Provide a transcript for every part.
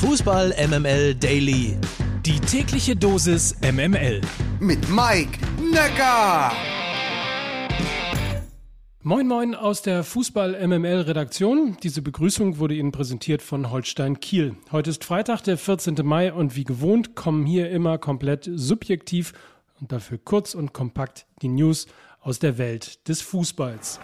Fußball MML Daily. Die tägliche Dosis MML. Mit Mike Necker. Moin Moin aus der Fußball-MML-Redaktion. Diese Begrüßung wurde Ihnen präsentiert von Holstein Kiel. Heute ist Freitag, der 14. Mai und wie gewohnt kommen hier immer komplett subjektiv und dafür kurz und kompakt die News aus der Welt des Fußballs.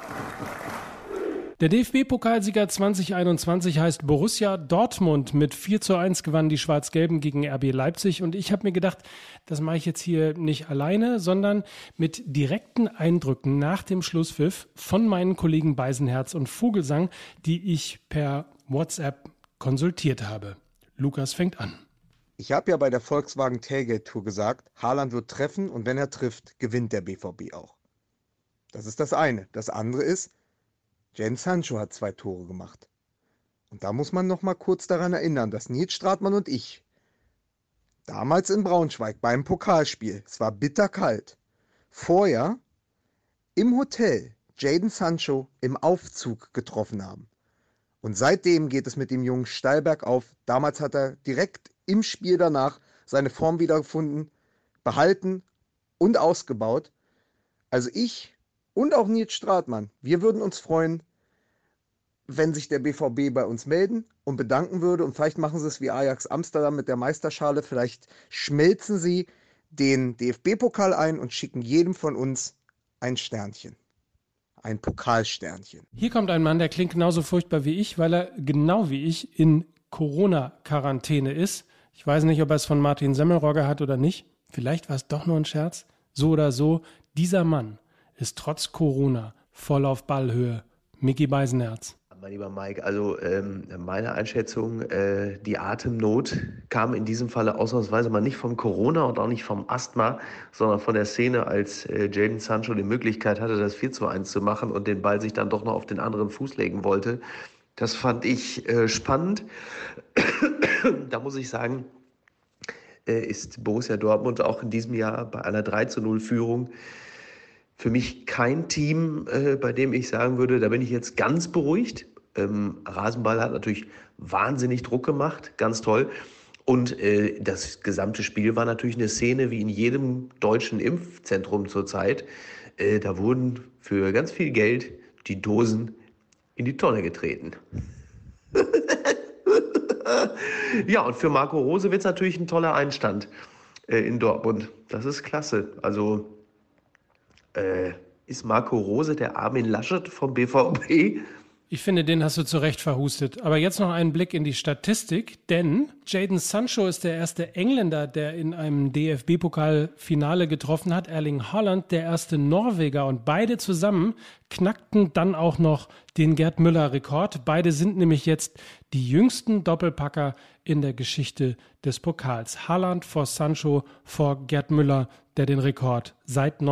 Der DFB-Pokalsieger 2021 heißt Borussia Dortmund. Mit 4:1 gewannen die Schwarz-Gelben gegen RB Leipzig. Und ich habe mir gedacht, das mache ich jetzt hier nicht alleine, sondern mit direkten Eindrücken nach dem Schlusspfiff von meinen Kollegen Beisenherz und Vogelsang, die ich per WhatsApp konsultiert habe. Lukas fängt an. Ich habe ja bei der Volkswagen Tailgate Tour gesagt, Haaland wird treffen und wenn er trifft, gewinnt der BVB auch. Das ist das eine. Das andere ist, Jadon Sancho hat 2 Tore gemacht. Und da muss man noch mal kurz daran erinnern, dass Nils Stratmann und ich damals in Braunschweig beim Pokalspiel, es war bitterkalt, vorher im Hotel Jadon Sancho im Aufzug getroffen haben. Und seitdem geht es mit dem Jungen steil bergauf. Damals hat er direkt im Spiel danach seine Form wiedergefunden, behalten und ausgebaut. Also ich und auch Nils Stratmann, wir würden uns freuen, wenn sich der BVB bei uns melden und bedanken würde. Und vielleicht machen sie es wie Ajax Amsterdam mit der Meisterschale. Vielleicht schmelzen sie den DFB-Pokal ein und schicken jedem von uns ein Sternchen. Ein Pokalsternchen. Hier kommt ein Mann, der klingt genauso furchtbar wie ich, weil er genau wie ich in Corona-Quarantäne ist. Ich weiß nicht, ob er es von Martin Semmelrogge hat oder nicht. Vielleicht war es doch nur ein Scherz. So oder so, dieser Mann ist trotz Corona voll auf Ballhöhe. Micky Beisenherz. Mein lieber Mike, also meine Einschätzung, die Atemnot kam in diesem Falle ausnahmsweise mal nicht vom Corona und auch nicht vom Asthma, sondern von der Szene, als Jadon Sancho die Möglichkeit hatte, das 4:1 zu machen und den Ball sich dann doch noch auf den anderen Fuß legen wollte. Das fand ich spannend. Da muss ich sagen, ist Borussia Dortmund auch in diesem Jahr bei einer 3:0-Führung für mich kein Team, bei dem ich sagen würde, da bin ich jetzt ganz beruhigt. Rasenball hat natürlich wahnsinnig Druck gemacht, ganz toll. Und das gesamte Spiel war natürlich eine Szene wie in jedem deutschen Impfzentrum zurzeit. Da wurden für ganz viel Geld die Dosen in die Tonne getreten. Ja, und für Marco Rose wird es natürlich ein toller Einstand in Dortmund. Das ist klasse. Also ist Marco Rose der Armin Laschet vom BVB? Ich finde, den hast du zu Recht verhustet. Aber jetzt noch einen Blick in die Statistik, denn Jadon Sancho ist der erste Engländer, der in einem DFB-Pokal-Finale getroffen hat. Erling Haaland, der erste Norweger. Und beide zusammen knackten dann auch noch den Gerd Müller-Rekord. Beide sind nämlich jetzt die jüngsten Doppelpacker in der Geschichte des Pokals. Haaland vor Sancho vor Gerd Müller, der den Rekord seit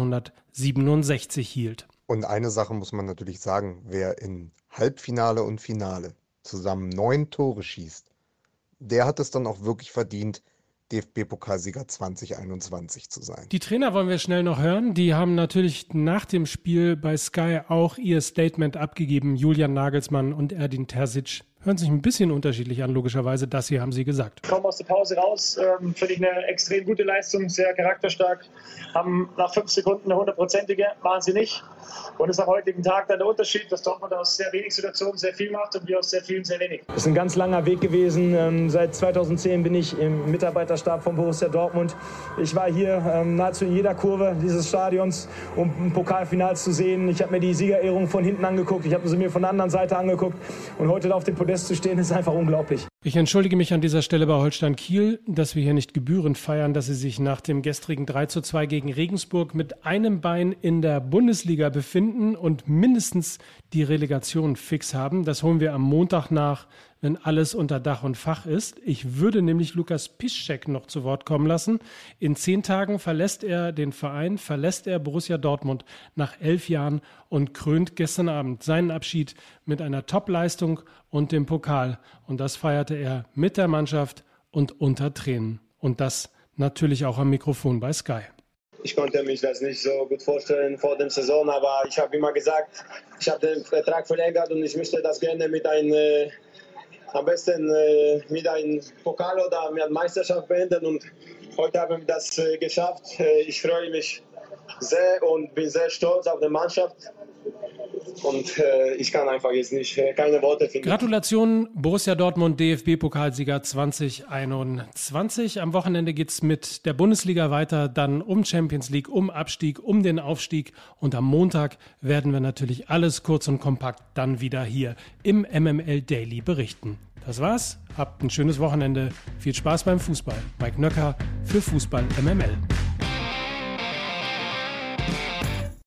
1967 hielt. Und eine Sache muss man natürlich sagen, wer in Halbfinale und Finale zusammen 9 Tore schießt, der hat es dann auch wirklich verdient, DFB-Pokalsieger 2021 zu sein. Die Trainer wollen wir schnell noch hören. Die haben natürlich nach dem Spiel bei Sky auch ihr Statement abgegeben. Julian Nagelsmann und Edin Terzic hören sich ein bisschen unterschiedlich an, logischerweise. Das hier haben sie gesagt. Kommen aus der Pause raus, finde ich eine extrem gute Leistung, sehr charakterstark. Haben nach 5 Sekunden eine 100-prozentige, machen sie nicht. Und es ist am heutigen Tag dann der Unterschied, dass Dortmund aus sehr wenig Situationen sehr viel macht und wir aus sehr vielen sehr wenig. Es ist ein ganz langer Weg gewesen. Seit 2010 bin ich im Mitarbeiterstab von Borussia Dortmund. Ich war hier nahezu in jeder Kurve dieses Stadions, um ein Pokalfinale zu sehen. Ich habe mir die Siegerehrung von hinten angeguckt, ich habe sie mir von der anderen Seite angeguckt. Und heute auf dem Podest zu stehen, ist einfach unglaublich. Ich entschuldige mich an dieser Stelle bei Holstein Kiel, dass wir hier nicht gebührend feiern, dass sie sich nach dem gestrigen 3:2 gegen Regensburg mit einem Bein in der Bundesliga befinden und mindestens die Relegation fix haben. Das holen wir am Montag nach, wenn alles unter Dach und Fach ist. Ich würde nämlich Lukas Piszczek noch zu Wort kommen lassen. In 10 Tagen verlässt er den Verein, verlässt er Borussia Dortmund nach 11 Jahren und krönt gestern Abend seinen Abschied mit einer Top-Leistung und dem Pokal. Und das feierte er mit der Mannschaft und unter Tränen. Und das natürlich auch am Mikrofon bei Sky. Ich konnte mich das nicht so gut vorstellen vor der Saison, aber ich habe immer gesagt, ich habe den Vertrag verlängert und ich möchte das gerne mit einem am besten mit einem Pokal oder mit einer Meisterschaft beenden. Und heute haben wir das geschafft. Ich freue mich sehr und bin sehr stolz auf die Mannschaft. Und ich kann einfach jetzt nicht keine Worte finden. Gratulation, Borussia Dortmund, DFB-Pokalsieger 2021. Am Wochenende geht's mit der Bundesliga weiter, dann um Champions League, um Abstieg, um den Aufstieg. Und am Montag werden wir natürlich alles kurz und kompakt dann wieder hier im MML Daily berichten. Das war's. Habt ein schönes Wochenende. Viel Spaß beim Fußball. Mike Nöcker für Fußball MML.